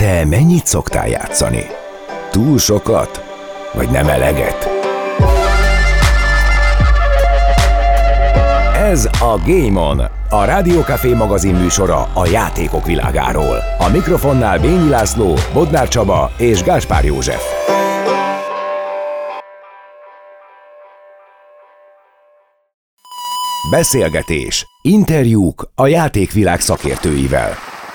Te mennyit szoktál játszani? Túl sokat? Vagy nem eleget? Ez a Game On, a Rádió Café magazin műsora a játékok világáról. A mikrofonnál Bényi László, Bodnár Csaba és Gáspár József. Beszélgetés, interjúk a játékvilág szakértőivel.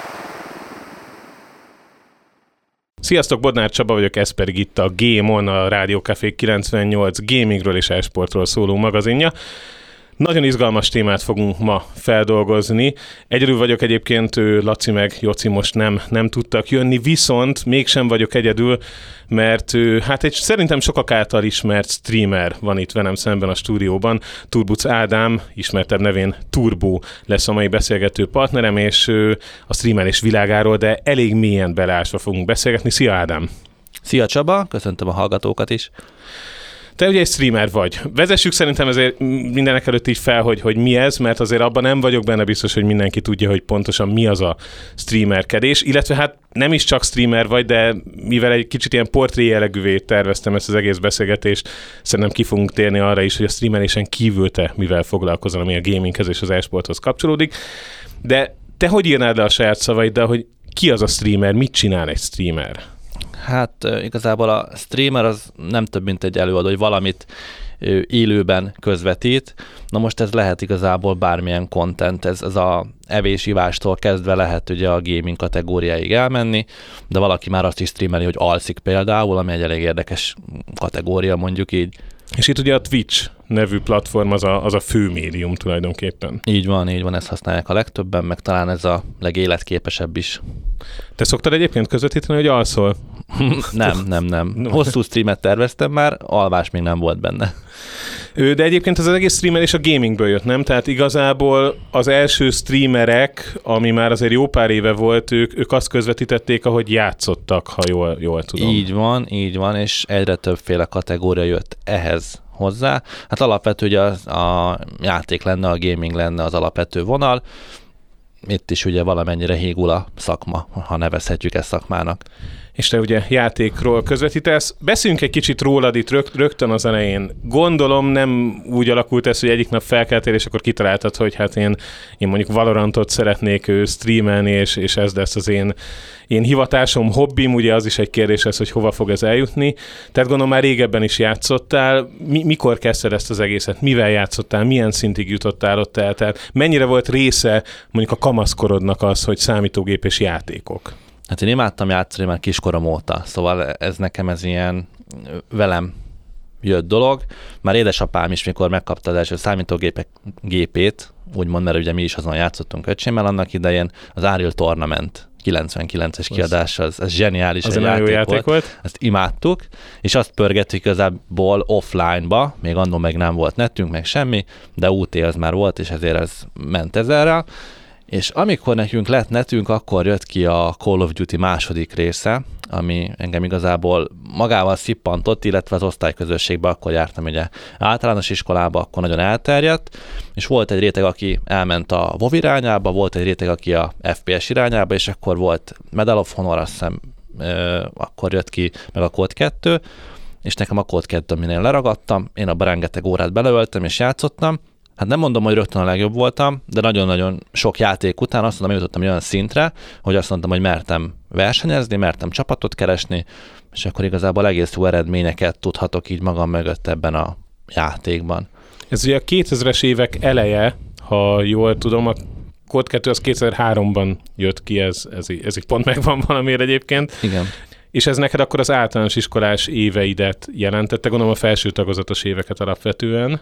Sziasztok, Bodnár Csaba vagyok, ez pedig itt a Game On, a Rádió Café 98 gamingről és e-sportról szóló magazinja. Nagyon izgalmas témát fogunk ma feldolgozni. Egyedül vagyok egyébként, Laci meg Joci most nem tudtak jönni, viszont mégsem vagyok egyedül, mert egy szerintem sokak által ismert streamer van itt velem szemben a stúdióban. Turbuc Ádám, ismertebb nevén Turbo lesz a mai beszélgető partnerem, és a streamelés világáról, de elég mélyen beleásva fogunk beszélgetni. Szia Ádám! Szia Csaba, köszöntöm a hallgatókat is! Te ugye egy streamer vagy. Vezessük szerintem ezért mindenek előtt így fel, hogy mi ez, mert azért abban nem vagyok benne biztos, hogy mindenki tudja, hogy pontosan mi az a streamerkedés, illetve hát nem is csak streamer vagy, de mivel egy kicsit ilyen portré jellegűvé terveztem ezt az egész beszélgetést, szerintem ki fogunk térni arra is, hogy a streamelésen kívül te mivel foglalkozol, ami a gaminghez és az e-sporthoz kapcsolódik. De te hogy írnád le a saját szavaiddal, hogy ki az a streamer, mit csinál egy streamer? Hát igazából a streamer az nem több, mint egy előadó, hogy valamit élőben közvetít. Na most ez lehet igazából bármilyen content, ez a evés-ivástól kezdve lehet ugye a gaming kategóriáig elmenni, de valaki már azt is streameli, hogy alszik például, ami egy elég érdekes kategória, mondjuk így. És itt ugye a Twitch nevű platform az a fő médium tulajdonképpen. Így van, ezt használják a legtöbben, meg talán ez a legéletképesebb is. Te szoktad egyébként közvetíteni, hogy alszol? Nem. Hosszú streamet terveztem már, alvás még nem volt benne. De egyébként ez az egész streamelés a gamingből jött, nem? Tehát igazából az első streamerek, ami már azért jó pár éve volt, ők azt közvetítették, ahogy játszottak, ha jól tudom. Így van, és egyre többféle kategória jött ehhez hozzá. Hát alapvető, hogy a játék lenne, a gaming lenne az alapvető vonal. Itt is ugye valamennyire hígul a szakma, ha nevezhetjük ezt szakmának. És te ugye játékról közvetítesz. Beszéljünk egy kicsit rólad itt rögtön az elején. Gondolom nem úgy alakult ez, hogy egyik nap felkeltél, és akkor kitaláltad, hogy hát én mondjuk Valorantot szeretnék streamelni, és ez lesz az én hivatásom, hobbim, ugye az is egy kérdés ez, hogy hova fog ez eljutni. Tehát gondolom már régebben is játszottál. Mikor kezdted ezt az egészet? Mivel játszottál? Milyen szintig jutottál ott el? Tehát mennyire volt része mondjuk a kamaszkorodnak az, hogy számítógép és játékok? Hát én imádtam játszani már kiskorom óta, szóval ez ilyen velem jött dolog. Már édesapám is, mikor megkapta az első számítógépét, úgymond, mert ugye mi is azon játszottunk öcsémmel annak idején, az Unreal Tournament 99-es kiadás, az zseniális az egy játék volt. Ezt imádtuk, és azt pörgettük igazából offline-ba, még annól meg nem volt netünk, meg semmi, de UT az már volt, és ezért ez ment ezerrel. És amikor nekünk lett netünk, akkor jött ki a Call of Duty második része, ami engem igazából magával szippantott, illetve az osztályközösségbe akkor jártam ugye általános iskolába, akkor nagyon elterjedt, és volt egy réteg, aki elment a WoW irányába, volt egy réteg, aki a FPS irányába, és akkor volt Medal of Honor, azt hiszem, akkor jött ki, meg a Code 2, és nekem a Code 2, aminél leragadtam, én abban rengeteg órát beleöltem, és játszottam. Hát nem mondom, hogy rögtön a legjobb voltam, de nagyon-nagyon sok játék után azt mondom, jutottam olyan szintre, hogy azt mondtam, hogy mertem versenyezni, mertem csapatot keresni, és akkor igazából egész jó eredményeket tudhatok így magam mögött ebben a játékban. Ez ugye a 2000-es évek eleje, ha jól tudom, a Code 2 az 2003-ban jött ki, ez így pont megvan valamiért egyébként. Igen. És ez neked akkor az általános iskolás éveidet jelentette, gondolom a felső tagozatos éveket alapvetően.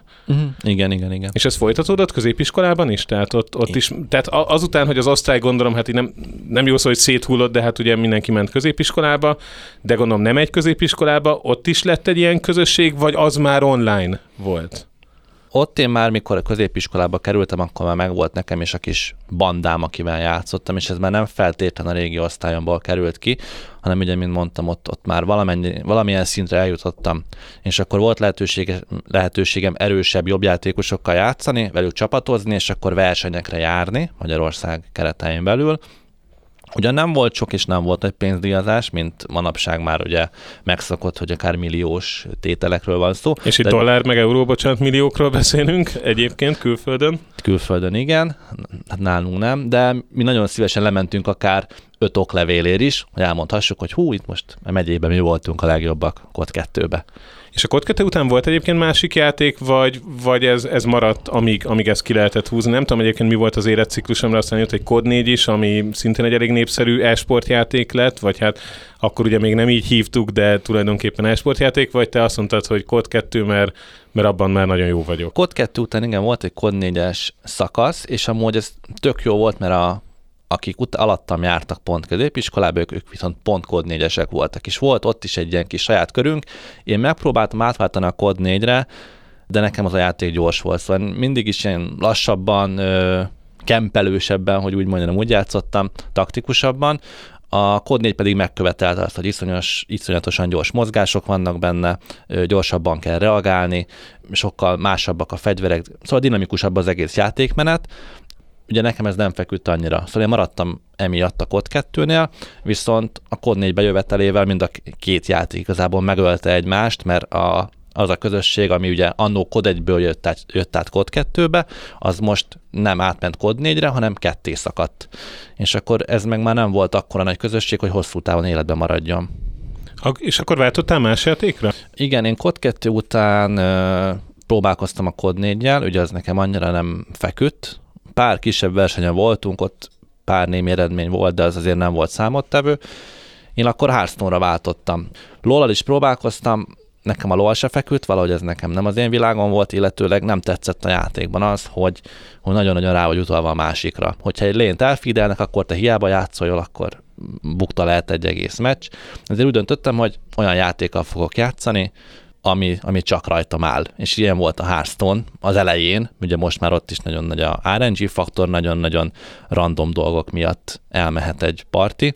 Igen. És ez folytatódott középiskolában is? Tehát ott is, tehát azután, hogy az osztály gondolom, hát így nem jó szó, hogy széthullott, de hát ugye mindenki ment középiskolába, de gondolom nem egy középiskolába, ott is lett egy ilyen közösség, vagy az már online volt? Ott én már, mikor a középiskolába kerültem, akkor már megvolt nekem is a kis bandám, akivel játszottam, és ez már nem feltétlenül a régi osztályomból került ki, hanem ugye, mint mondtam, ott már valamilyen szintre eljutottam, és akkor volt lehetőségem erősebb, jobb játékosokkal játszani, velük csapatozni, és akkor versenyekre járni Magyarország keretein belül, Ugyan nem volt sok, és nem volt egy pénzdíjazás, mint manapság már ugye megszokott, hogy akár milliós tételekről van szó. És itt dollár meg euró, bocsánat, milliókról beszélünk egyébként külföldön? Külföldön igen, hát nálunk nem, de mi nagyon szívesen lementünk akár 5 oklevélért is, hogy elmondhassuk, hogy itt most a megyében mi voltunk a legjobbak kod 2-be. És a kod 2 után volt egyébként másik játék, vagy ez maradt, amíg ezt ki lehetett húzni? Nem tudom egyébként mi volt az életciklusomra, aztán jött egy kod 4 is, ami szintén egy elég népszerű e-sport játék lett, vagy hát akkor ugye még nem így hívtuk, de tulajdonképpen e-sport játék, vagy te azt mondtad, hogy kod 2, mert abban már nagyon jó vagyok. Kod 2 után igen, volt egy kod 4-es szakasz, és amúgy ez tök jó volt, mert akik alattam jártak pont középiskolába, ők viszont pont kod 4-esek voltak, és volt ott is egy ilyen kis saját körünk. Én megpróbáltam átváltani a kod 4-re, de nekem az a játék gyors volt, szóval mindig is ilyen lassabban, kempelősebben, hogy úgy mondjam, úgy játszottam, taktikusabban. A kod 4 pedig megkövetelte azt, hogy iszonyatosan gyors mozgások vannak benne, gyorsabban kell reagálni, sokkal másabbak a fegyverek, szóval dinamikusabb az egész játékmenet. Ugye nekem ez nem feküdt annyira. Szóval én maradtam emiatt a kod 2-nél, viszont a kod 4 bejövetelével mind a két játék igazából megölte egymást, mert az a közösség, ami ugye annó kod 1-ből jött át kod 2-be, az most nem átment kod 4-re, hanem ketté szakadt. És akkor ez meg már nem volt akkora nagy közösség, hogy hosszú távon életben maradjon. És akkor váltottál más játékra? Igen, én kod 2 után próbálkoztam a kod 4-jel, ugye az nekem annyira nem feküdt. Pár kisebb versenyen voltunk, ott pár némi eredmény volt, de az azért nem volt számottevő. Én akkor Hearthstone-ra váltottam. LoL-al is próbálkoztam, nekem a LoL se feküdt, valahogy ez nekem nem az én világom volt, illetőleg nem tetszett a játékban az, hogy nagyon-nagyon rá vagy utalva a másikra. Hogyha egy lényt elfeedelnek, akkor te hiába játszol, akkor bukta lehet egy egész meccs. Ezért úgy döntöttem, hogy olyan játékkal fogok játszani, ami csak rajtam áll. És ilyen volt a Hearthstone az elején, ugye most már ott is nagyon nagy a RNG faktor, nagyon-nagyon random dolgok miatt elmehet egy parti.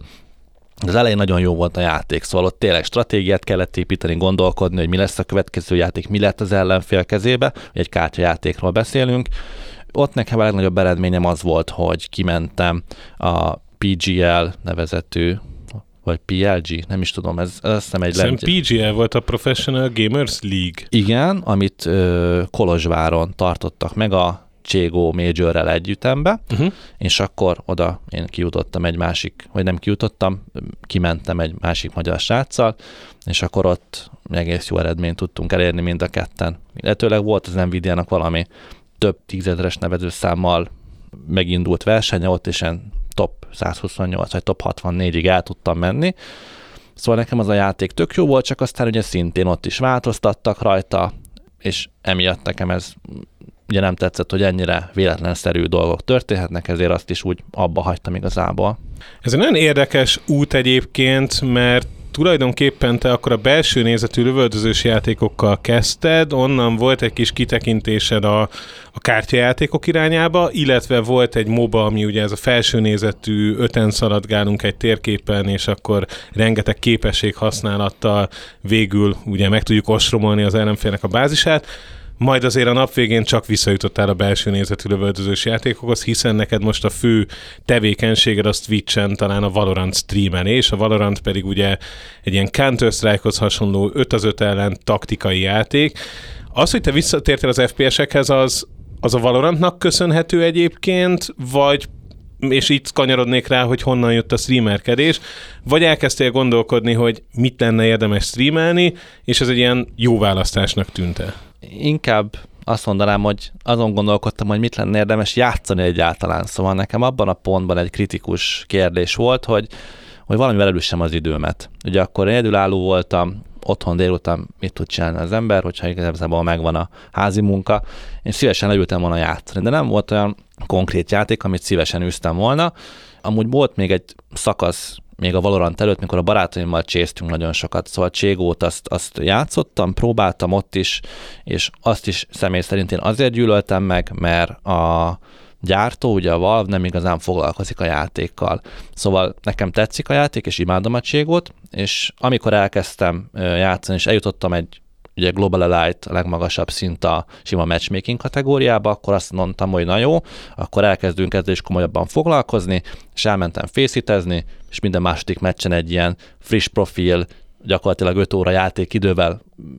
Az elején nagyon jó volt a játék, szóval ott tényleg stratégiát kellett építeni, gondolkodni, hogy mi lesz a következő játék, mi lett az ellenfél kezébe, egy kártyajátékról beszélünk. Ott nekem a legnagyobb eredményem az volt, hogy kimentem a PGL nevezetű, vagy PLG, nem is tudom, ez azt hiszem egy... PGL volt a Professional Gamers League. Igen, amit Kolozsváron tartottak meg a Cségó Majorrel együttembe, és akkor oda én kijutottam egy másik, vagy nem kijutottam, kimentem egy másik magyar sráccal, és akkor ott egész jó eredményt tudtunk elérni mind a ketten. Illetőleg volt az Nvidia-nak valami több 10 000-es nevezőszámmal megindult versenye, ott is ilyen top 128 vagy top 64-ig el tudtam menni. Szóval nekem az a játék tök jó volt, csak aztán ugye szintén ott is változtattak rajta, és emiatt nekem ez ugye nem tetszett, hogy ennyire véletlenszerű dolgok történhetnek, ezért azt is úgy abba hagytam igazából. Ez egy nagyon érdekes út egyébként, mert tulajdonképpen te akkor a belső nézetű lövöldözős játékokkal kezdted, onnan volt egy kis kitekintésed a kártyajátékok irányába, illetve volt egy MOBA, ami ugye ez a felső nézetű, 5-en szaladgálunk egy térképen, és akkor rengeteg képesség használattal végül ugye meg tudjuk ostromolni az ellenfélnek a bázisát, majd azért a nap végén csak visszajutottál a belső nézetű lövöldözős játékokhoz, hiszen neked most a fő tevékenységed az Twitch-en talán a Valorant streamelés, a Valorant pedig ugye egy ilyen Counter-Strike-hoz hasonló 5-5 ellen taktikai játék. Az, hogy te visszatértél az FPS-ekhez, az a Valorantnak köszönhető egyébként, vagy és így kanyarodnék rá, hogy honnan jött a streamerkedés, vagy elkezdtél gondolkodni, hogy mit lenne érdemes streamelni, és ez egy ilyen jó választásnak tűnt-e? Inkább azt mondanám, hogy azon gondolkodtam, hogy mit lenne érdemes játszani egyáltalán. Szóval nekem abban a pontban egy kritikus kérdés volt, hogy valamivel elüssem az időmet. Ugye akkor egyedülálló voltam, otthon délután mit tud csinálni az ember, hogyha igazából megvan a házi munka. Én szívesen leültem volna játszani, de nem volt olyan konkrét játék, amit szívesen űztem volna. Amúgy volt még egy szakasz, még a Valorant előtt, mikor a barátaimmal csésztünk nagyon sokat, szóval Cségót azt játszottam, próbáltam ott is, és azt is személy szerint én azért gyűlöltem meg, mert a gyártó, ugye a Valve nem igazán foglalkozik a játékkal. Szóval nekem tetszik a játék, és imádom a Cségót, és amikor elkezdtem játszani, és eljutottam egy ugye Global Elite a legmagasabb szint a sima matchmaking kategóriába, akkor azt mondtam, hogy na jó, akkor elkezdünk ezzel is komolyabban foglalkozni, és elmentem fészítezni, és minden második meccsen egy ilyen friss profil, gyakorlatilag 5 óra játékidővel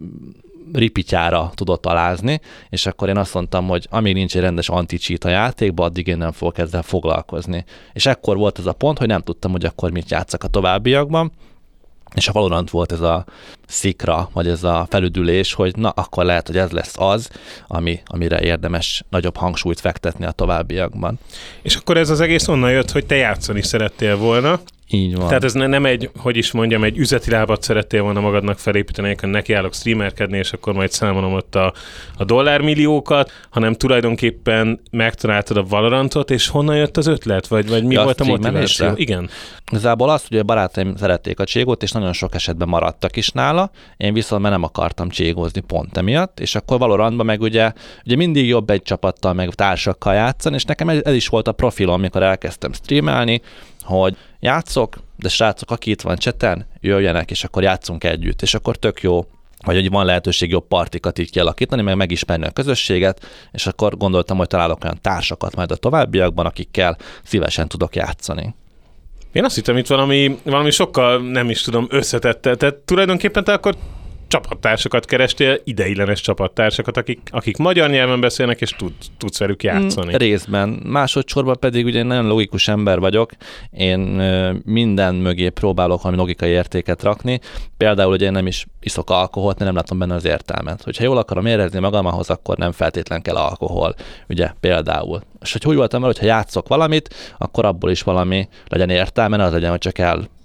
ripityára tudott alázni, és akkor én azt mondtam, hogy amíg nincs egy rendes anti-cheat a játékban, addig én nem fogok ezzel foglalkozni. És ekkor volt ez a pont, hogy nem tudtam, hogy akkor mit játszak a továbbiakban, és a Valorant volt ez a szikra, vagy ez a felüdülés, hogy na, akkor lehet, hogy ez lesz az, amire érdemes nagyobb hangsúlyt fektetni a továbbiakban. És akkor ez az egész onnan jött, hogy te játszani szerettél volna. Így van. Tehát ez nem egy, hogy is mondjam, egy üzleti lábat szerettél volna magadnak felépíteni, amikor nekiállok streamerkedni, és akkor majd számolom ott a dollármilliókat, hanem tulajdonképpen megtaláltad a Valorantot, és honnan jött az ötlet? Vagy mi volt a motiváció? Igen. Igazából azt, hogy a barátaim szerették a cségót, és nagyon sok esetben maradtak is nála, én viszont már nem akartam cségózni pont emiatt, és akkor Valorantban meg ugye mindig jobb egy csapattal, meg társakkal játszani, és nekem ez is volt a profilom, amikor elkezdtem streamelni, hogy játszok, de srácok, aki itt van chaten, jöjjenek, és akkor játszunk együtt, és akkor tök jó, hogy van lehetőség jobb partikat így kialakítani, meg megismerni a közösséget, és akkor gondoltam, hogy találok olyan társakat majd a továbbiakban, akikkel szívesen tudok játszani. Én azt hittem, itt valami sokkal, nem is tudom, összetettel. Tehát tulajdonképpen te akkor csapattársakat kerestél, ideiglenes csapattársakat, akik magyar nyelven beszélnek, és tudsz velük játszani. Részben. Másodszorban pedig ugye én nagyon logikus ember vagyok, én minden mögé próbálok valami logikai értéket rakni. Például ugye én nem is iszok alkoholt, nem látom benne az értelmet. Hogyha jól akarom érezni magam, ahhoz akkor nem feltétlen kell alkohol. Ugye például. És hogy úgy voltam el, hogyha játszok valamit, akkor abból is valami legyen értelme, ne az legyen, hogy csak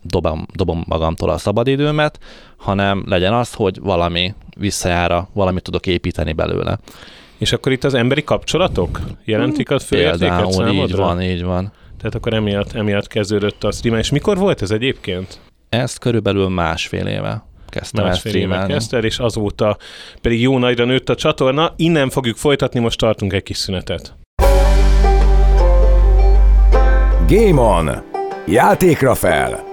dobom magamtól a szabadidőmet, hanem legyen az, hogy valami visszajára, valamit tudok építeni belőle. És akkor itt az emberi kapcsolatok jelentik a főértéket számodra? Így van. Tehát akkor emiatt kezdődött a stream. És mikor volt ez egyébként? Ez körülbelül másfél éve kezdtem el streamelni. Kezdted, és azóta pedig jó nagyra nőtt a csatorna. Innen fogjuk folytatni, most tartunk egy kis szünetet. Game On! Játékra fel!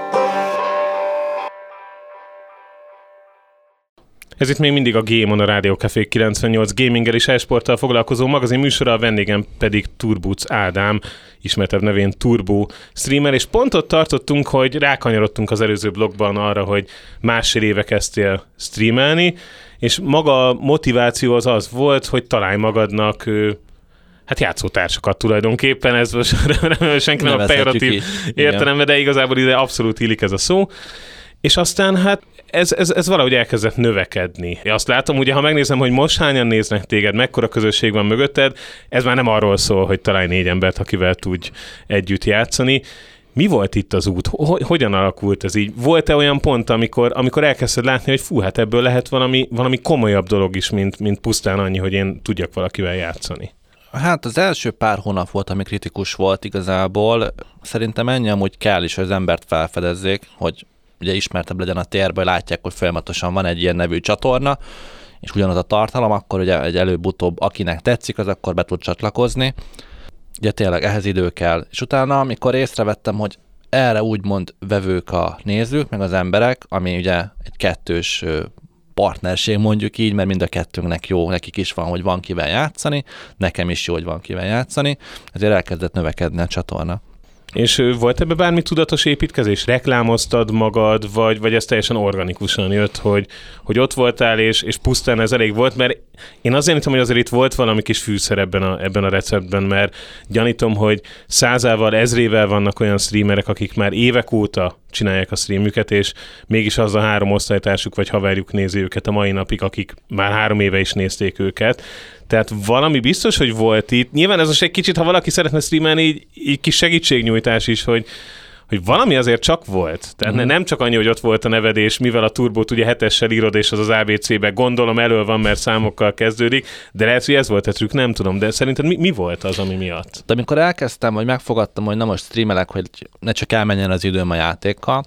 Ez itt még mindig a Game On, a Rádió Café 98 gaminggel és e-sporttal foglalkozó magazin műsora, a vendégem pedig Turbuc Ádám, ismertebb nevén Turbo streamer, és pont ott tartottunk, hogy rákanyarodtunk az előző blogban arra, hogy másfél éve kezdtél streamelni, és maga a motiváció az volt, hogy találj magadnak játszótársakat tulajdonképpen, ez most senki nem a pejoratív értelemben, de igazából ide abszolút illik ez a szó. És aztán ez valahogy elkezdett növekedni. Azt látom, ugye, ha megnézem, hogy most hányan néznek téged, mekkora közösség van mögötted, ez már nem arról szól, hogy találj 4 embert, akivel tudj együtt játszani. Mi volt itt az út? Hogyan alakult ez így? Volt-e olyan pont, amikor elkezdted látni, hogy ebből lehet valami komolyabb dolog is, mint pusztán annyi, hogy én tudjak valakivel játszani? Hát az első pár hónap volt, ami kritikus volt igazából. Szerintem ennyi amúgy kell is, hogy az embert felfedezzék, hogy ugye ismertebb legyen a térben, látják, hogy folyamatosan van egy ilyen nevű csatorna, és ugyanaz a tartalom, akkor ugye egy előbb-utóbb, akinek tetszik, az akkor be tud csatlakozni. Ugye tényleg ehhez idő kell. És utána, amikor észrevettem, hogy erre úgymond vevők a nézők, meg az emberek, ami ugye egy kettős partnerség, mondjuk így, mert mind a kettőnknek jó, nekik is van, hogy van kivel játszani, nekem is jó, hogy van kivel játszani, ezért elkezdett növekedni a csatorna. És volt ebbe bármi tudatos építkezés? Reklámoztad magad, vagy ez teljesen organikusan jött, hogy ott voltál, és pusztán ez elég volt? Mert én azért hiszem, hogy azért itt volt valami kis fűszer ebben a receptben, mert gyanítom, hogy 100-ával, 1000-ével vannak olyan streamerek, akik már évek óta csinálják a streamüket, és mégis az a 3 osztálytársuk vagy haverjuk nézi őket a mai napig, akik már 3 éve is nézték őket. Tehát valami biztos, hogy volt itt. Nyilván ez most egy kicsit, ha valaki szeretne streamelni, így kis segítségnyújtás is, hogy valami azért csak volt. Tehát nem csak annyi, hogy ott volt a neved, és mivel a turbót ugye 7-essel írod, és az ABC-be gondolom elől van, mert számokkal kezdődik, de lehet, hogy ez volt a trükk, nem tudom, de szerinted mi volt az, ami miatt? De amikor elkezdtem, vagy megfogadtam, hogy na most streamelek, hogy ne csak elmenjen az időm a játékkal,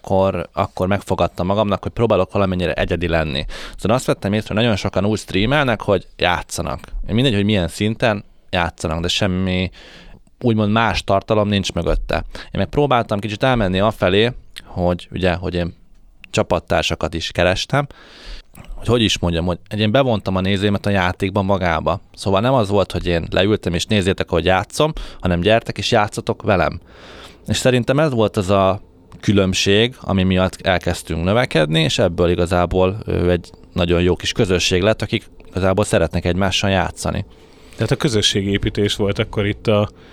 akkor megfogadtam magamnak, hogy próbálok valamennyire egyedi lenni. Szóval azt vettem észre, hogy nagyon sokan úgy streamelnek, hogy játszanak. Mindegy, hogy milyen szinten játszanak, de semmi úgymond más tartalom nincs mögötte. Én meg próbáltam kicsit elmenni afelé, hogy én csapattársakat is kerestem, hogy is mondjam, hogy én bevontam a nézőimet a játékban magába. Szóval nem az volt, hogy én leültem és nézzétek, hogy játszom, hanem gyertek és játszatok velem. És szerintem ez volt az a különbség, ami miatt elkezdtünk növekedni, és ebből igazából egy nagyon jó kis közösség lett, akik igazából szeretnek egymással játszani. Tehát a közösségépítés volt akkor itt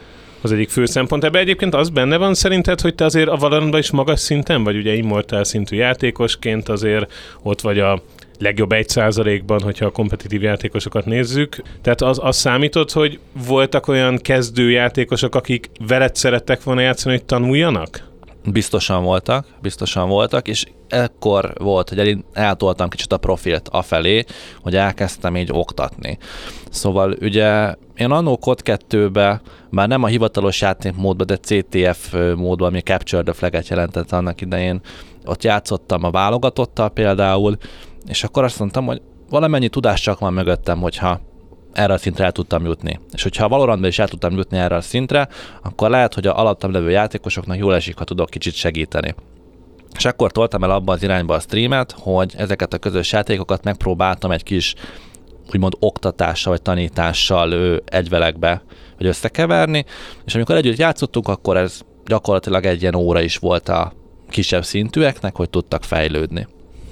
az egyik fő szempont. Ebben egyébként az benne van szerinted, hogy te azért a Valorantban is magas szinten vagy, ugye immortál szintű játékosként azért ott vagy a legjobb 1%-ban, hogyha a kompetitív játékosokat nézzük. Tehát az számított, hogy voltak olyan kezdőjátékosok, akik veled szerettek volna játszani, hogy tanuljanak? Biztosan voltak, és ekkor volt, hogy én eltoltam kicsit a profilt afelé, hogy elkezdtem így oktatni. Szóval ugye én annó Code 2-be, már nem a hivatalos játékmódban, de CTF módban, ami Capture the Flag-et jelentett annak idején, ott játszottam a válogatottal például, és akkor azt mondtam, hogy valamennyi tudás csak van mögöttem, hogyha erre a szintre el tudtam jutni. És hogyha a Valorantban is el tudtam jutni erre a szintre, akkor lehet, hogy a alattam levő játékosoknak jól esik, ha tudok kicsit segíteni. És akkor toltam el abba az irányba a streamet, hogy ezeket a közös játékokat megpróbáltam egy kis úgymond oktatással vagy tanítással egyvelekbe vagy összekeverni, és amikor együtt játszottunk, akkor ez gyakorlatilag egy ilyen óra is volt a kisebb szintűeknek, hogy tudtak fejlődni.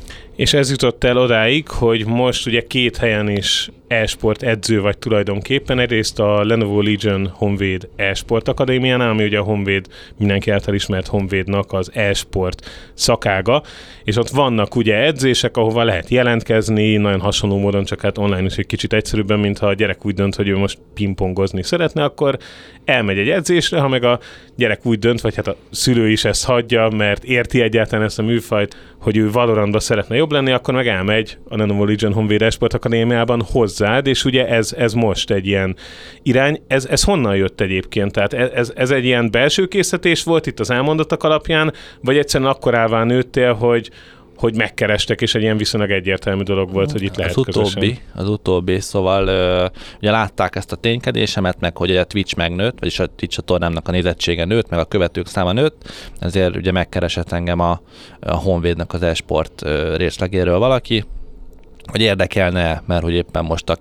És ez jutott el odáig, hogy most ugye 2 helyen is e-sport edző vagy tulajdonképpen. Egyrészt a Lenovo Legion Honvéd e-sport akadémiánál, ami ugye a Honvéd, mindenki által ismert Honvédnak az e-sport szakága, és ott vannak ugye edzések, ahova lehet jelentkezni, nagyon hasonló módon, csak hát online is egy kicsit egyszerűbben, mintha a gyerek úgy dönt, hogy ő most pingpongozni szeretne, akkor elmegy egy edzésre, ha meg a gyerek úgy dönt, vagy hát a szülő is ezt hagyja, mert érti egyáltalán ezt a műfajt, hogy ő Valorantban szeretne jobb lenni, akkor meg elmegy a Lenovo Legion Honvéd e-sport akadémiában hozzád, és ugye ez most egy ilyen irány. Ez honnan jött egyébként? Tehát ez egy ilyen belső készítés volt itt az elmondottak alapján, vagy egyszerűen akkorává nőttél, hogy megkerestek, és egy ilyen viszonylag egyértelmű dolog volt, hogy itt lehet közösen. Az utóbbi, szóval ugye látták ezt a ténykedésemet, meg hogy a Twitch megnőtt, vagyis a Twitch csatornámnak a nézettsége nőtt, meg a követők száma nőtt, ezért ugye megkeresett engem a Honvédnek az e-sport részlegéről valaki, hogy érdekelne, mert hogy éppen most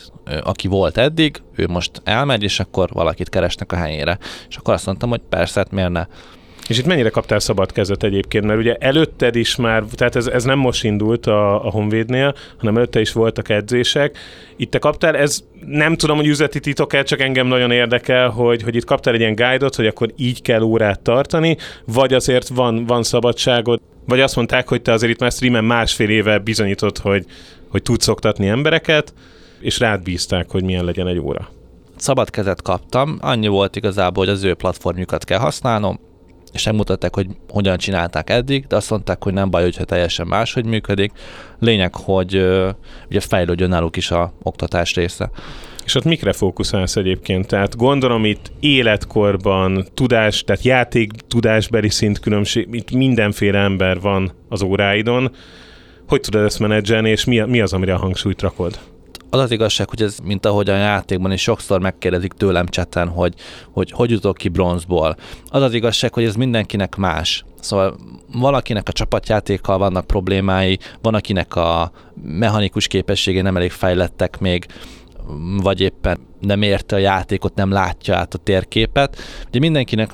aki volt eddig, ő most elmegy, és akkor valakit keresnek a helyére. És akkor azt mondtam, hogy persze, miért ne. És itt mennyire kaptál szabad kezet egyébként? Mert ugye előtted is már, tehát ez nem most indult a Honvédnél, hanem előtte is voltak edzések. Itt te kaptál, ez nem tudom, hogy üzleti titok-e, csak engem nagyon érdekel, hogy itt kaptál egy ilyen guide-ot, hogy akkor így kell órát tartani, vagy azért van szabadságod, vagy azt mondták, hogy te azért itt már streamen 1,5 éve bizonyítod, hogy tudsz oktatni embereket, és rád bízták, hogy milyen legyen egy óra. Szabad kezet kaptam, annyi volt igazából, hogy az ő platformjukat kell használnom, és megmutatták, hogy hogyan csinálták eddig, de azt mondták, hogy nem baj, hogyha teljesen máshogy működik. Lényeg, hogy ugye fejlődjön náluk is a oktatás része. És ott mikre fókuszálsz egyébként? Tehát gondolom itt életkorban tudás, tehát játék tudásbeli szintkülönbség, itt mindenféle ember van az óráidon. Hogy tudod ezt menedzselni, és mi az, amire a hangsúlyt rakod? Az az igazság, hogy ez, mint ahogy a játékban is sokszor megkérdezik tőlem chaten, hogy jutok ki bronzból. Az az igazság, hogy ez mindenkinek más. Szóval valakinek a csapatjátékkal vannak problémái, van akinek a mechanikus képességei nem elég fejlettek még, vagy éppen nem érte a játékot, nem látja át a térképet. Ugye mindenkinek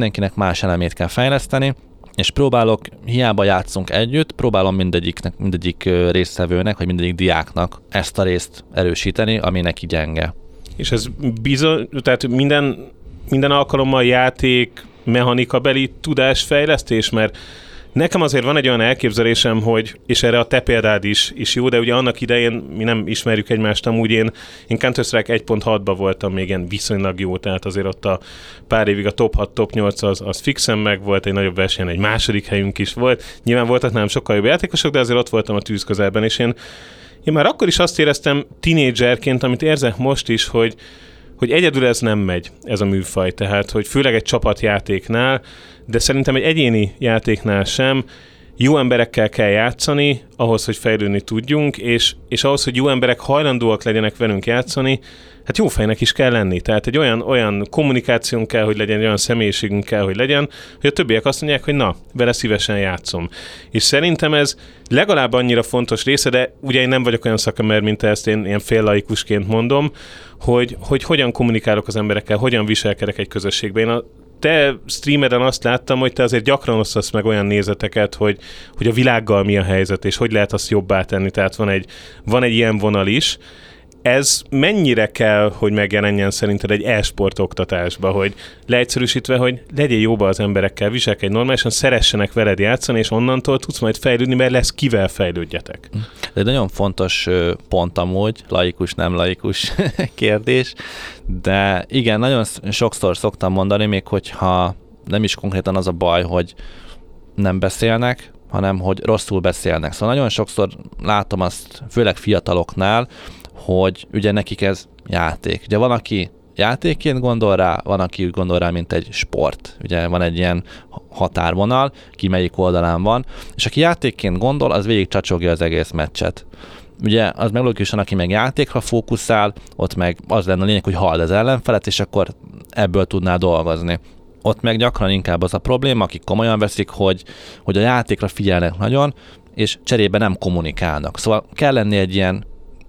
más elemét kell fejleszteni, és próbálok, hiába játszunk együtt, próbálom mindegyik résztvevőnek, vagy mindegyik diáknak ezt a részt erősíteni, ami neki gyenge. És ez bizony, tehát minden alkalommal játék, mechanikabeli tudásfejlesztés, mert nekem azért van egy olyan elképzelésem, hogy, és erre a te példád is jó, de ugye annak idején mi nem ismerjük egymást, amúgy én Counter-Strike 1.6-ban voltam még ilyen viszonylag jó, tehát azért ott a pár évig a top 6, top 8 az fixen meg volt, egy nagyobb versenyen egy második helyünk is volt. Nyilván voltak nálam sokkal jobb játékosok, de azért ott voltam a tűz közelben, és én már akkor is azt éreztem tínédzserként, amit érzek most is, hogy egyedül ez nem megy, ez a műfaj, tehát hogy főleg egy csapatjátéknál, de szerintem egy egyéni játéknál sem, jó emberekkel kell játszani, ahhoz, hogy fejlődni tudjunk, és ahhoz, hogy jó emberek hajlandóak legyenek velünk játszani, hát jó fejnek is kell lenni. Tehát egy olyan kommunikációnk kell, hogy legyen, egy olyan személyiségünk kell, hogy legyen, hogy a többiek azt mondják, hogy na, vele szívesen játszom. És szerintem ez legalább annyira fontos része, de ugye én nem vagyok olyan szakember, mint ezt én ilyen féllaikusként mondom, hogy hogyan kommunikálok az emberekkel, hogyan viselkedek egy közösségben. Én a te streameden azt láttam, hogy te azért gyakran osztasz meg olyan nézeteket, hogy a világgal mi a helyzet, és hogy lehet azt jobbá tenni. Tehát van egy ilyen vonal is. Ez mennyire kell, hogy megjelenjen szerinted egy e-sport oktatásba, hogy leegyszerűsítve, hogy legyél jóba az emberekkel, viselkedj normálisan, szeressenek veled játszani, és onnantól tudsz majd fejlődni, mert lesz kivel fejlődjetek. Ez egy nagyon fontos pont amúgy, laikus, nem laikus kérdés, de igen, nagyon sokszor szoktam mondani, még hogyha nem is konkrétan az a baj, hogy nem beszélnek, hanem hogy rosszul beszélnek. Szóval nagyon sokszor látom azt, főleg fiataloknál, hogy ugye nekik ez játék. Ugye van, aki játékként gondol rá, van, aki úgy gondol rá, mint egy sport. Ugye van egy ilyen határvonal, ki melyik oldalán van, és aki játékként gondol, az végig csacsogja az egész meccset. Ugye az meg logikusan, aki meg játékra fókuszál, ott meg az lenne a lényeg, hogy halld az ellenfelet, és akkor ebből tudnál dolgozni. Ott meg gyakran inkább az a probléma, akik komolyan veszik, hogy a játékra figyelnek nagyon, és cserébe nem kommunikálnak. Szóval kell lenni egy ilyen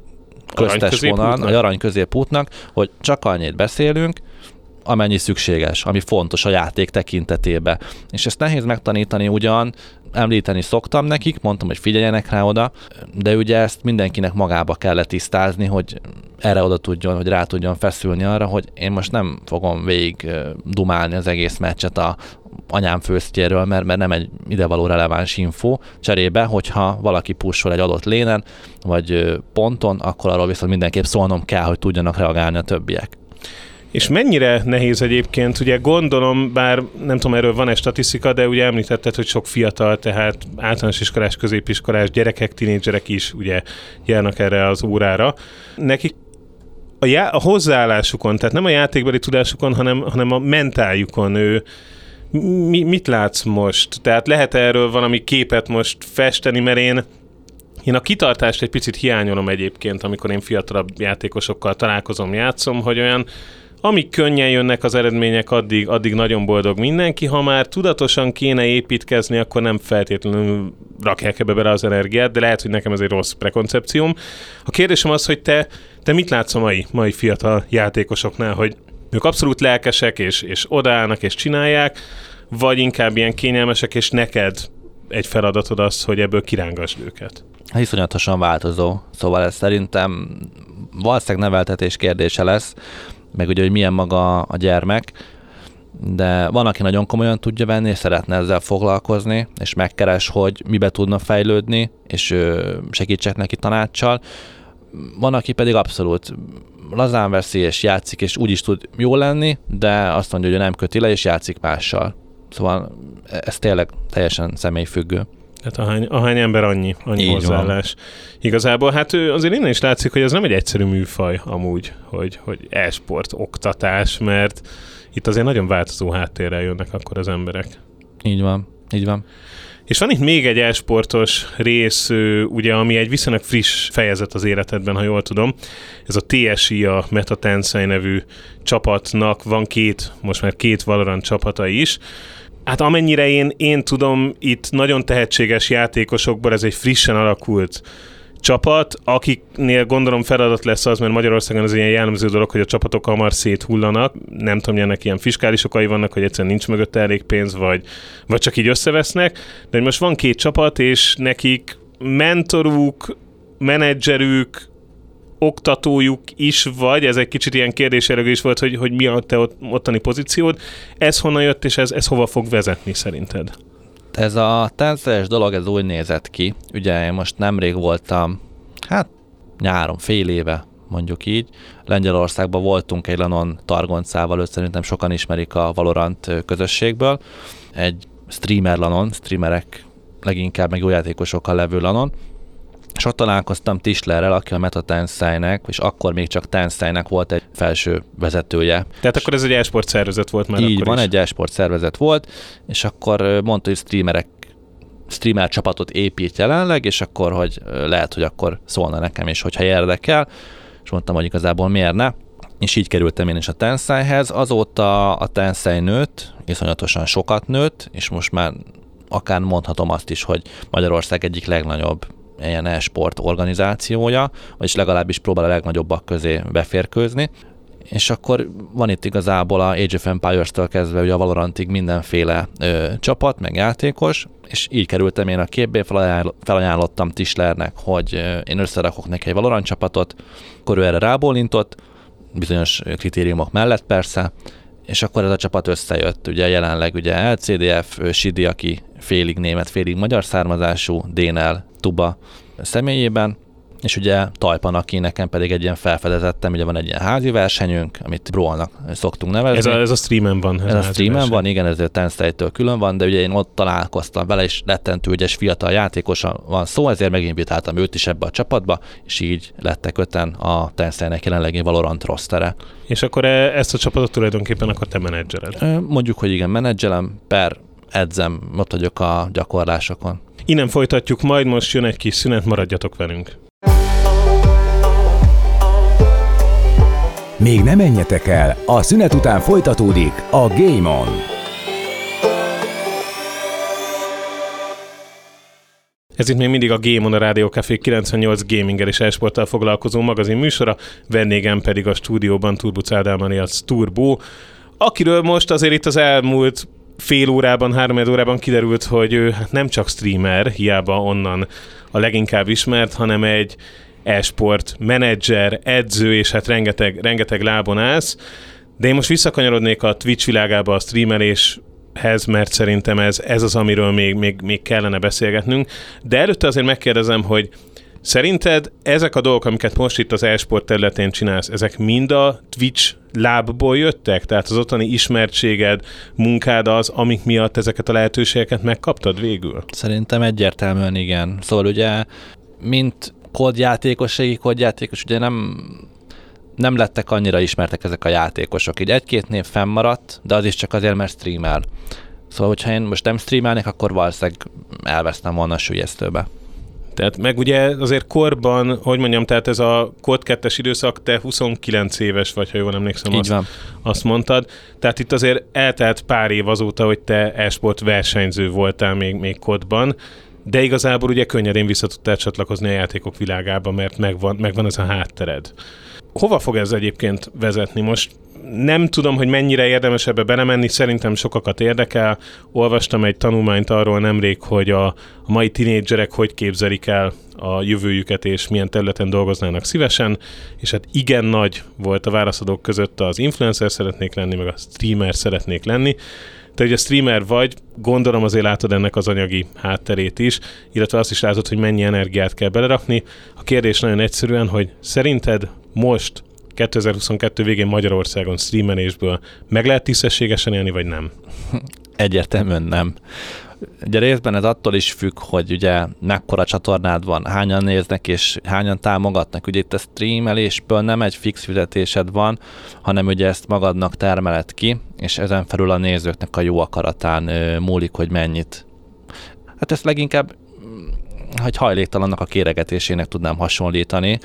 köztes vonal, egy arany középútnak, hogy csak annyit beszélünk, amennyi szükséges, ami fontos a játék tekintetében. És ezt nehéz megtanítani ugyan, említeni szoktam nekik, mondtam, hogy figyeljenek rá oda, de ugye ezt mindenkinek magába kellett tisztázni, hogy erre oda tudjon, hogy rá tudjon feszülni arra, hogy én most nem fogom végig dumálni az egész meccset a anyám főztjéről, mert nem egy idevaló releváns info. Cserébe, hogyha valaki pushol egy adott lénen, vagy ponton, akkor arról viszont mindenképp szólnom kell, hogy tudjanak reagálni a többiek. És mennyire nehéz egyébként, ugye gondolom, bár nem tudom, erről van-e statisztika, de ugye említetted, hogy sok fiatal, tehát általános iskolás, középiskolás gyerekek, tinédzserek is ugye járnak erre az órára. Nekik a hozzáállásukon, tehát nem a játékbeli tudásukon, hanem a mentáljukon mit látsz most? Tehát lehet erről valami képet most festeni, mert én a kitartást egy picit hiányolom egyébként, amikor én fiatalabb játékosokkal találkozom, játszom, hogy olyan, amíg könnyen jönnek az eredmények, addig nagyon boldog mindenki. Ha már tudatosan kéne építkezni, akkor nem feltétlenül rakják ebbe bele az energiát, de lehet, hogy nekem ez egy rossz prekoncepcióm. A kérdésem az, hogy te mit látsz a mai fiatal játékosoknál, hogy ők abszolút lelkesek, és odaállnak, és csinálják, vagy inkább ilyen kényelmesek, és neked egy feladatod az, hogy ebből kirángasd őket? Iszonyatosan változó. Szóval ez szerintem valószínűleg neveltetés kérdése lesz, meg ugye, hogy milyen maga a gyermek, de van, aki nagyon komolyan tudja venni, és szeretne ezzel foglalkozni, és megkeres, hogy mibe tudna fejlődni, és segítsek neki tanácssal. Van, aki pedig abszolút lazán veszi, és játszik, és úgy is tud jó lenni, de azt mondja, hogy nem köti le, és játszik mással. Szóval ez tényleg teljesen személyfüggő. Tehát ahány ember annyi hozzáállás. Van. Igazából hát azért innen is látszik, hogy ez nem egy egyszerű műfaj amúgy, hogy e-sport oktatás, mert itt azért nagyon változó háttérrel jönnek akkor az emberek. Így van. És van itt még egy e-sportos rész, ugye, ami egy viszonylag friss fejezet az életedben, ha jól tudom. Ez a TSI, a Meta Tensei nevű csapatnak van most már két Valorant csapata is. Hát amennyire én tudom, itt nagyon tehetséges játékosokból ez egy frissen alakult csapat, akiknél gondolom feladat lesz az, mert Magyarországon ez ilyen jellemző dolog, hogy a csapatok hamar széthullanak. Nem tudom, hogy ennek ilyen fiskális okai vannak, hogy egyszerűen nincs mögötte elég pénz, vagy csak így összevesznek. De most van két csapat, és nekik mentoruk, menedzserük, oktatójuk is vagy, ez egy kicsit ilyen kérdésjellegű is volt, hogy mi a te ottani pozíciód. Ez honnan jött, és ez hova fog vezetni szerinted? Ez a Tensei-es dolog, ez úgy nézett ki. Ugye én most nemrég voltam, nyáron, fél éve, mondjuk így. Lengyelországban voltunk egy lanon Targoncával, őt szerintem sokan ismerik a Valorant közösségből. Egy streamer lanon, streamerek leginkább meg jó játékosokkal levő lanon. És ott találkoztam Tischlerrel, aki a Meta Tensei-nek, és akkor még csak Tensei-nek volt egy felső vezetője. Tehát akkor ez egy e-sport szervezet volt már így akkor van, is. Egy e-sport szervezet volt, és akkor mondta, hogy streamer csapatot épít jelenleg, és akkor, hogy lehet, hogy akkor szólna nekem is, hogyha érdekel, és mondtam, hogy igazából miért ne. És így kerültem én is a Tenseihez. Azóta a Tensei nőtt, iszonyatosan sokat nőtt, és most már akár mondhatom azt is, hogy Magyarország egyik legnagyobb ilyen e-sport organizációja, vagyis legalábbis próbál a legnagyobbak közé beférkőzni. És akkor van itt igazából a Age of Empires-től kezdve ugye a Valorantig mindenféle csapat, meg játékos, és így kerültem én a képbe, felajánlottam Tischlernek, hogy én összerakok neki egy Valorant csapatot, akkor ő erre rábólintott, bizonyos kritériumok mellett persze, és akkor ez a csapat összejött. Ugye jelenleg ugye LCDF, Sidi, aki félig német, félig magyar származású, Dénel, Tuba személyében, és ugye Tajpan, aki nekem pedig egy ilyen felfedezettem, ugye van egy ilyen házi versenyünk, amit Brawl-nak szoktunk nevezni. Ez a streamen van. Ez a streamen van, igen, ez a Tensei-től külön van, de ugye én ott találkoztam vele, és rettentő ügyes fiatal játékosan van szó, ezért meginvitáltam őt is ebbe a csapatba, és így lettek 5-en a Tensei-nek jelenlegi Valorant rostere. És akkor ezt a csapatot tulajdonképpen akkor te menedzseled? Mondjuk, hogy igen, menedzselem, edzem, ott vagyok a gyakorlásokon. Innen folytatjuk, majd most jön egy kis szünet, maradjatok velünk. Még ne menjetek el, a szünet után folytatódik a Game On. Ez itt még mindig a Game On, a Rádió Café 98 gaminggel és e-sporttal foglalkozó magazin műsora, vendégem pedig a stúdióban Turbuc Ádám alias Turbo, akiről most azért itt az elmúlt fél órában, 3 órában kiderült, hogy ő nem csak streamer, hiába onnan a leginkább ismert, hanem egy e-sport menedzser, edző, és hát rengeteg lábon állsz. De én most visszakanyarodnék a Twitch világába, a streameléshez, mert szerintem ez az, amiről még kellene beszélgetnünk. De előtte azért megkérdezem, hogy szerinted ezek a dolgok, amiket most itt az e-sport területén csinálsz, ezek mind a Twitch lábból jöttek? Tehát az ottani ismertséged, munkád az, amik miatt ezeket a lehetőségeket megkaptad végül? Szerintem egyértelműen igen. Szóval ugye, mint kódjátékos, ugye nem lettek annyira ismertek ezek a játékosok. Így 1-2 név fennmaradt, de az is csak azért, mert streamel. Szóval, hogyha én most nem streamelnék, akkor valószínűleg elvesztem volna a sülyeztőbe. Tehát meg ugye azért korban, hogy mondjam, tehát ez a Kod 2-es időszak, te 29 éves vagy, ha jól emlékszem, azt mondtad. Tehát itt azért eltelt pár év azóta, hogy te e-sport versenyző voltál még Kodban, de igazából ugye könnyedén vissza tudtál csatlakozni a játékok világába, mert megvan ez a háttered. Hova fog ez egyébként vezetni? Most nem tudom, hogy mennyire érdemes ebbe belemenni, szerintem sokakat érdekel. Olvastam egy tanulmányt arról nemrég, hogy a mai tinédzserek hogy képzelik el a jövőjüket, és milyen területen dolgoznának szívesen, és hát igen nagy volt a válaszadók között az influencer szeretnék lenni, meg a streamer szeretnék lenni. Te ugye streamer vagy, gondolom azért látod ennek az anyagi hátterét is, illetve azt is látod, hogy mennyi energiát kell belerakni. A kérdés nagyon egyszerűen, hogy szerinted most 2022 végén Magyarországon streamelésből meg lehet tisztességesen élni, vagy nem? Egyértelműen nem. Ugye részben ez attól is függ, hogy ugye mekkora csatornád van, hányan néznek és hányan támogatnak. Ugye itt a streamelésből nem egy fix fizetésed van, hanem ugye ezt magadnak termeled ki, és ezen felül a nézőknek a jó akaratán múlik, hogy mennyit. Hát ezt leginkább hogy hajléktalannak a kéregetésének tudnám hasonlítani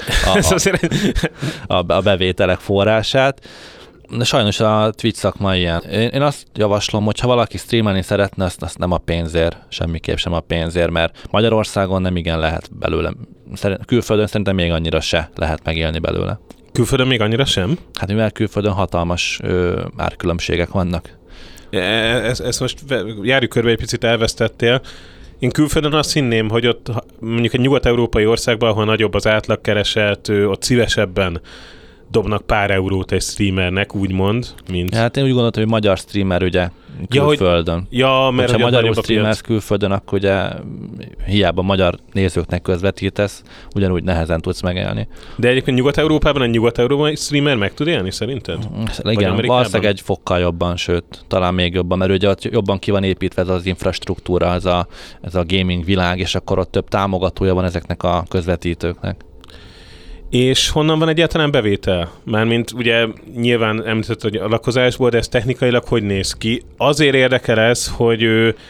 a bevételek forrását. De sajnos a Twitch szakma ilyen. Én azt javaslom, hogy ha valaki streamelni szeretne, azt nem a pénzért, semmiképp sem a pénzért, mert Magyarországon nem igen lehet belőle. Külföldön szerintem még annyira se lehet megélni belőle. Külföldön még annyira sem? Hát mivel külföldön hatalmas árkülönbségek vannak. Ezt most járjuk körbe, egy picit elvesztettél. Én külföldön azt hinném, hogy ott mondjuk egy nyugat-európai országban, ahol nagyobb az átlagkereset, ott szívesebben dobnak pár eurót egy streamernek, úgymond, mint... Hát én úgy gondoltam, hogy magyar streamer ugye külföldön. Mert ha magyarul streamersz külföldön, akkor ugye hiába magyar nézőknek közvetítesz, ugyanúgy nehezen tudsz megélni. De egyébként Nyugat-Európában egy nyugat-európai streamer meg tud élni, szerinted? Igen, valószínűleg egy fokkal jobban, sőt, talán még jobban, mert ugye ott jobban ki van építve ez az infrastruktúra, ez a gaming világ, és akkor ott több támogatója van ezeknek a közvetítőknek. És honnan van egyáltalán bevétel? Mármint ugye nyilván említett, hogy a lakozásból, de ez technikailag hogy néz ki? Azért érdekel ez,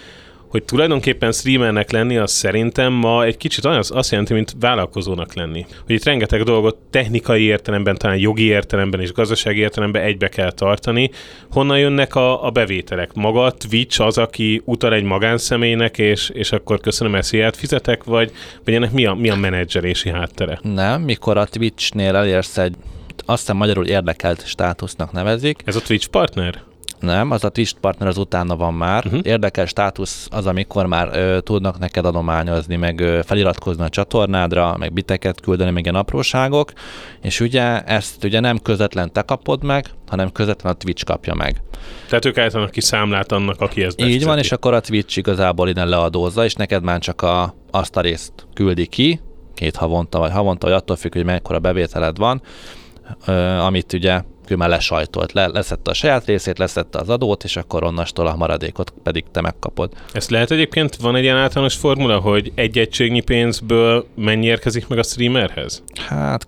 hogy tulajdonképpen streamernek lenni, az szerintem ma egy kicsit azt jelenti, mint vállalkozónak lenni. Hogy itt rengeteg dolgot technikai értelemben, talán jogi értelemben és gazdasági értelemben egybe kell tartani. Honnan jönnek a bevételek? Maga a Twitch az, aki utal egy magánszemélynek, és akkor köszönöm, SZIA-t fizetek, vagy ennek mi a menedzselési háttere? Nem, mikor a Twitch-nél elérsz egy, azt hiszem magyarul érdekelt státusznak nevezik. Ez a Twitch partner? Nem, az a Twitch partner az utána van már. Érdekelt státusz az, amikor már tudnak neked adományozni, meg feliratkozni a csatornádra, meg biteket küldeni, meg ilyen apróságok, és ugye ezt ugye nem közvetlen te kapod meg, hanem közvetlen a Twitch kapja meg. Tehát ők állítanak ki számlát annak, aki ezt befizeti. Így van, és akkor a Twitch igazából innen leadózza, és neked már csak azt a részt küldi ki, 2 havonta, vagy attól függ, hogy mekkora bevételed van, amit ugye ő már lesajtolt, leszette a saját részét, leszette az adót, és akkor onnastól a maradékot pedig te megkapod. Ezt lehet egyébként, van egy ilyen általános formula, hogy egy egységnyi pénzből mennyi érkezik meg a streamerhez? Hát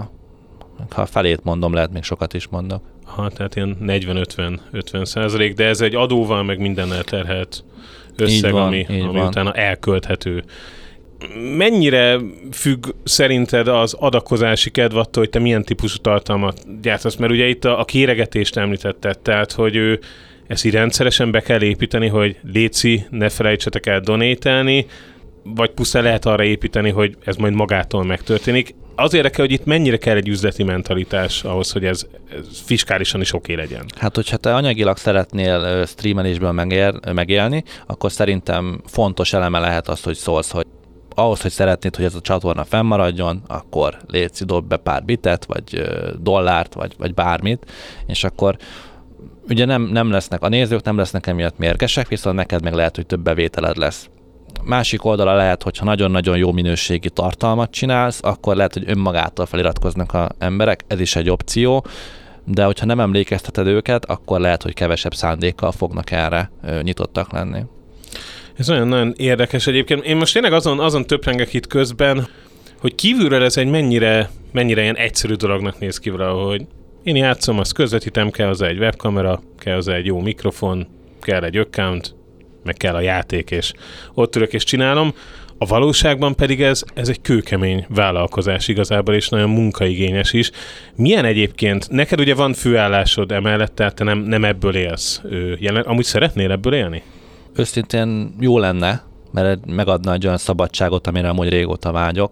ha felét mondom, lehet még sokat is mondok. Tehát ilyen 40-50%, de ez egy adóval meg mindennel terhelt összeg, ami utána elkölthető. Mennyire függ szerinted az adakozási kedv attól, hogy te milyen típusú tartalmat gyártasz? Mert ugye itt a kéregetést említetted, tehát hogy ezt így rendszeresen be kell építeni, hogy léci, ne felejtsetek el donételni, vagy pusztán lehet arra építeni, hogy ez majd magától megtörténik. Az érdekel, hogy itt mennyire kell egy üzleti mentalitás ahhoz, hogy ez fiskálisan is oké legyen. Hát, hogyha te anyagilag szeretnél streamelésből megélni, akkor szerintem fontos eleme lehet az, hogy szólsz, hogy ahhoz, hogy szeretnéd, hogy ez a csatorna fennmaradjon, akkor légy, dob be pár bitet, vagy dollárt, vagy bármit, és akkor ugye nem lesznek, a nézők nem lesznek emiatt mérgesek, viszont neked meg lehet, hogy több bevételed lesz. Másik oldala lehet, hogyha nagyon-nagyon jó minőségi tartalmat csinálsz, akkor lehet, hogy önmagától feliratkoznak az emberek, ez is egy opció, de hogyha nem emlékezteted őket, akkor lehet, hogy kevesebb szándékkal fognak erre nyitottak lenni. Ez nagyon érdekes egyébként. Én most tényleg azon töprengek itt közben, hogy kívülről ez egy mennyire ilyen egyszerű dolognak néz ki valahogy. Én játszom, azt közvetítem, kell hozzá egy webkamera, kell hozzá egy jó mikrofon, kell egy account, meg kell a játék, és ott ülök és csinálom. A valóságban pedig ez egy kőkemény vállalkozás igazából, és nagyon munkaigényes is. Milyen egyébként, neked ugye van főállásod emellett, tehát te nem ebből élsz. Amúgy szeretnél ebből élni? Őszintén jó lenne, mert megadna egy olyan szabadságot, amire amúgy régóta vágyok,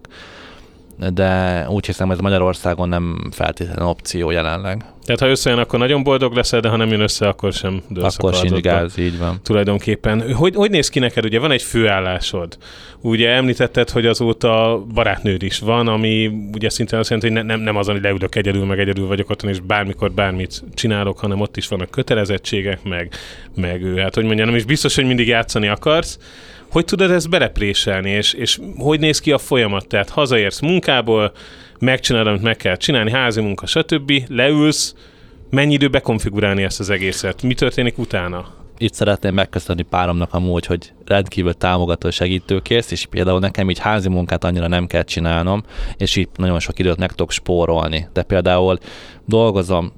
de úgy hiszem, hogy ez Magyarországon nem feltétlenül opció jelenleg. Tehát ha összejön, akkor nagyon boldog leszel, de ha nem jön össze, akkor sem dőlsz akkor sincs gáz, így van. Tulajdonképpen. Hogy néz ki neked? Ugye van egy főállásod. Ugye említetted, hogy azóta barátnőd is van, ami ugye szintén azt jelenti, hogy nem az, hogy leülök egyedül vagyok otthon, és bármikor bármit csinálok, hanem ott is vannak kötelezettségek, meg hát hogy mondjam, nem is biztos, hogy mindig játszani akarsz. Hogy tudod ezt belepréselni, és hogy néz ki a folyamat? Tehát hazaérsz munkából, megcsinálod, amit meg kell csinálni, házi munka, stb. Leülsz, mennyi idő bekonfigurálni ezt az egészet? Mi történik utána? Itt szeretném megköszönni páromnak amúgy, hogy rendkívül támogató, segítőkész, és például nekem így házi munkát annyira nem kell csinálnom, és így nagyon sok időt meg tudok spórolni. De például dolgozom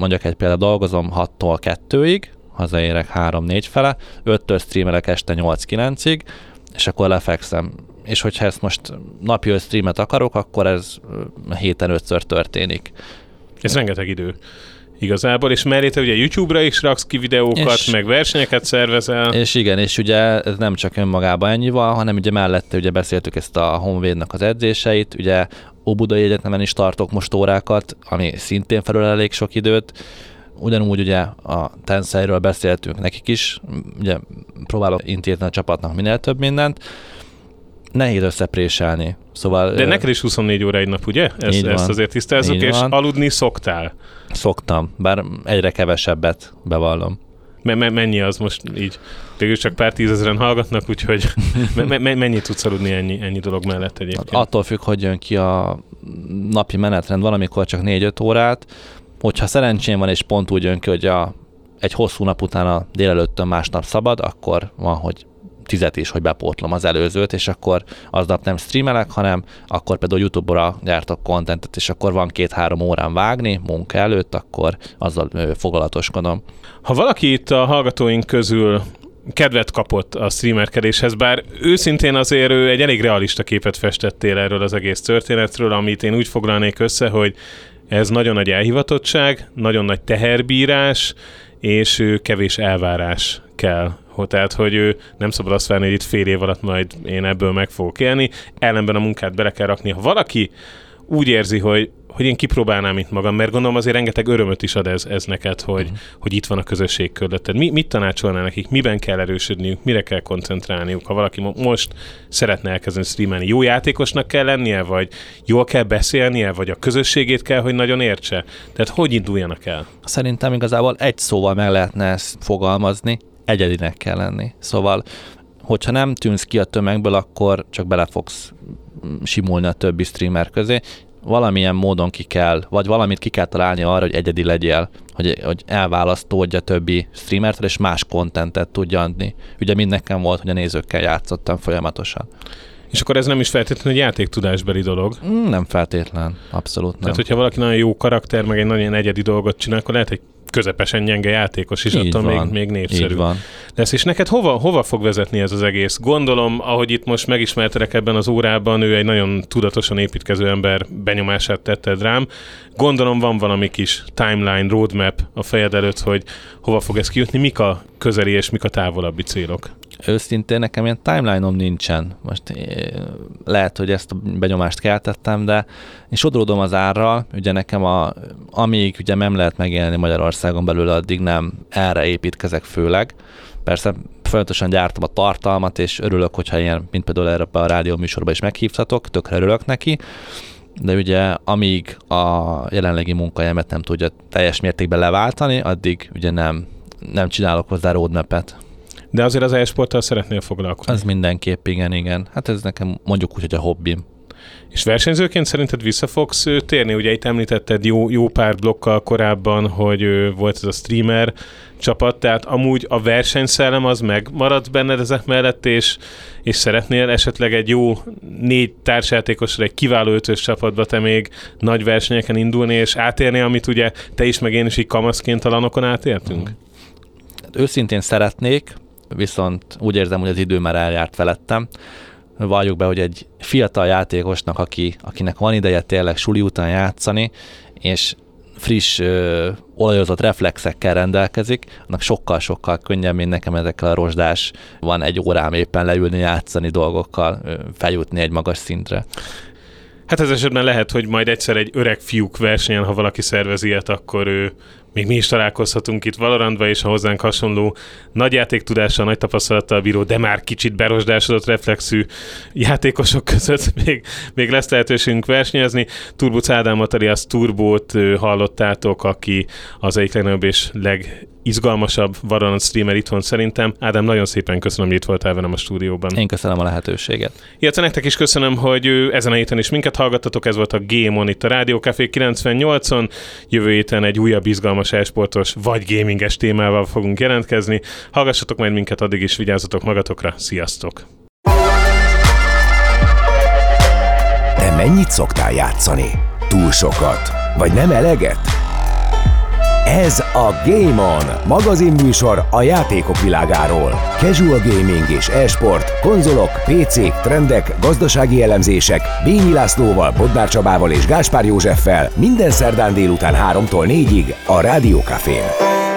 6-tól 2-ig, hazaérek 3-4 fele, 5-től streamelek este 8-9-ig, és akkor lefekszem. És hogyha ezt most napi streamet akarok, akkor ez héten 5-ször történik. Ez rengeteg idő igazából, és mellé te ugye YouTube-ra is raksz ki videókat, meg versenyeket szervezel. És igen, és ugye ez nem csak önmagában ennyi van, hanem ugye mellette ugye beszéltük ezt a Honvédnak az edzéseit, ugye Óbudai Egyetemen is tartok most órákat, ami szintén felül elég sok időt. Ugyanúgy ugye a Tenseiről beszéltünk nekik is, ugye próbálok intézni a csapatnak minél több mindent. Nehéz összepréselni. Szóval, de neked is 24 óra egy nap, ugye? Ezt azért tisztázzuk, és aludni szoktál? Szoktam, bár egyre kevesebbet bevallom. Mennyi az most így? Végül csak pár tízezeren hallgatnak, úgyhogy mennyit tudsz aludni ennyi dolog mellett egyébként? Attól függ, hogy jön ki a napi menetrend, valamikor csak 4-5 órát. Hogyha szerencsém van, és pont úgy jön ki, hogy egy hosszú nap után a délelőttön másnap szabad, akkor van, hogy 10 is, hogy bepótlom az előzőt, és akkor aznap nem streamelek, hanem akkor például YouTube-ra gyártok contentet, és akkor van 2-3 órán vágni munka előtt, akkor azzal foglalatoskodom. Ha valaki itt a hallgatóink közül kedvet kapott a streamerkedéshez, bár őszintén azért egy elég realista képet festettél erről az egész történetről, amit én úgy foglalnék össze, hogy ez nagyon nagy elhivatottság, nagyon nagy teherbírás, és kevés elvárás kell. Tehát, hogy nem szabad azt várni, hogy itt fél év alatt majd én ebből meg fogok élni, ellenben a munkát bele kell rakni. Ha valaki úgy érzi, hogy én kipróbálnám itt magam, mert gondolom azért rengeteg örömöt is ad ez neked, hogy itt van a közösség körülötted. Mit tanácsolnál nekik? Miben kell erősödniük? Mire kell koncentrálniuk? Ha valaki most szeretne elkezdeni streamelni, jó játékosnak kell lennie, vagy jól kell beszélnie, vagy a közösségét kell, hogy nagyon értse? Tehát hogy induljanak el? Szerintem igazából egy szóval meg lehetne ezt fogalmazni, egyedinek kell lenni. Szóval, hogyha nem tűnsz ki a tömegből, akkor csak bele fogsz simulni a többi streamer közé. Valamilyen módon valamit ki kell találni arra, hogy egyedi legyél, hogy elválasztódj a többi streamertől, és más contentet tudja adni. Ugye mind nekem volt, hogy a nézőkkel játszottam folyamatosan. És akkor ez nem is feltétlenül egy játéktudásbeli dolog? Nem feltétlen, abszolút nem. Tehát, hogyha valaki nagyon jó karakter, meg egy nagyon egyedi dolgot csinál, akkor lehet egy közepesen gyenge játékos is, attól még népszerű lesz. És neked hova fog vezetni ez az egész? Gondolom, ahogy itt most megismertelek ebben az órában, ő egy nagyon tudatosan építkező ember benyomását tetted rám. Gondolom van valami kis timeline, roadmap a fejed előtt, hogy hova fog ez kijutni, mik a közeli és mik a távolabbi célok? Őszintén nekem ilyen timeline-om nincsen. Most lehet, hogy ezt a benyomást keltettem, de én sodródom az árral, ugye nekem amíg ugye nem lehet megélni Magyarországon belül, addig nem erre építkezek főleg. Persze folyamatosan gyártom a tartalmat, és örülök, hogyha ilyen, mint például erre a rádió műsorban is meghívtatok, tökre örülök neki, de ugye amíg a jelenlegi munkahelyemet nem tudja teljes mértékben leváltani, addig ugye nem csinálok hozzá roadmap-et. De azért az e-sporttal szeretnél foglalkozni? Az mindenképp, igen. Hát ez nekem mondjuk úgy, hogy a hobbim. És versenyzőként szerinted vissza fogsz térni? Ugye itt említetted jó pár blokkal korábban, hogy volt ez a streamer csapat, tehát amúgy a versenyszellem az megmaradt benned ezek mellett, és szeretnél esetleg egy jó 4 társjátékosra, egy kiváló 5-ös csapatba te még nagy versenyeken indulni, és átérni, amit ugye te is meg én is így kamaszként a LAN-okon átértünk? Őszintén szeretnék, viszont úgy érzem, hogy az idő már eljárt felettem. Valljuk be, hogy egy fiatal játékosnak, akinek van ideje tényleg suli után játszani, és friss, olajozott reflexekkel rendelkezik, annak sokkal-sokkal könnyebb, mint nekem ezekkel a rozsdás, van egy órám éppen leülni, játszani dolgokkal, feljutni egy magas szintre. Hát ez esetben lehet, hogy majd egyszer egy öreg fiúk versenyen, ha valaki szervez ilyet, akkor még mi is találkozhatunk itt Valorantba, és a hozzánk hasonló nagy játéktudással, nagy tapasztalattal bíró, de már kicsit berosdásodott reflexű játékosok között még lesz lehetőségünk versenyezni. Turbuc Ádámot, alias Turbót hallottátok, aki az egyik legnagyobb és legizgalmasabb Valorant streamer itthon szerintem. Ádám, nagyon szépen köszönöm, hogy itt voltál velem a stúdióban. Én köszönöm a lehetőséget. Illetve nektek is köszönöm, hogy ezen a héten is minket hallgattatok. Ez volt a Game On itt a Rádió Café 98-on. Jövő héten egy újabb izgalmas e-sportos vagy gaminges témával fogunk jelentkezni. Hallgassatok majd minket, addig is vigyázzatok magatokra. Sziasztok! Te mennyit szoktál játszani? Túl sokat? Vagy nem eleget? Ez a Game On, magazinműsor a játékok világáról. Casual gaming és e-sport, konzolok, PC-k, trendek, gazdasági elemzések, Bényi Lászlóval, Bodnár Csabával és Gáspár Józseffel minden szerdán délután 3-tól 4-ig a Rádió Cafén.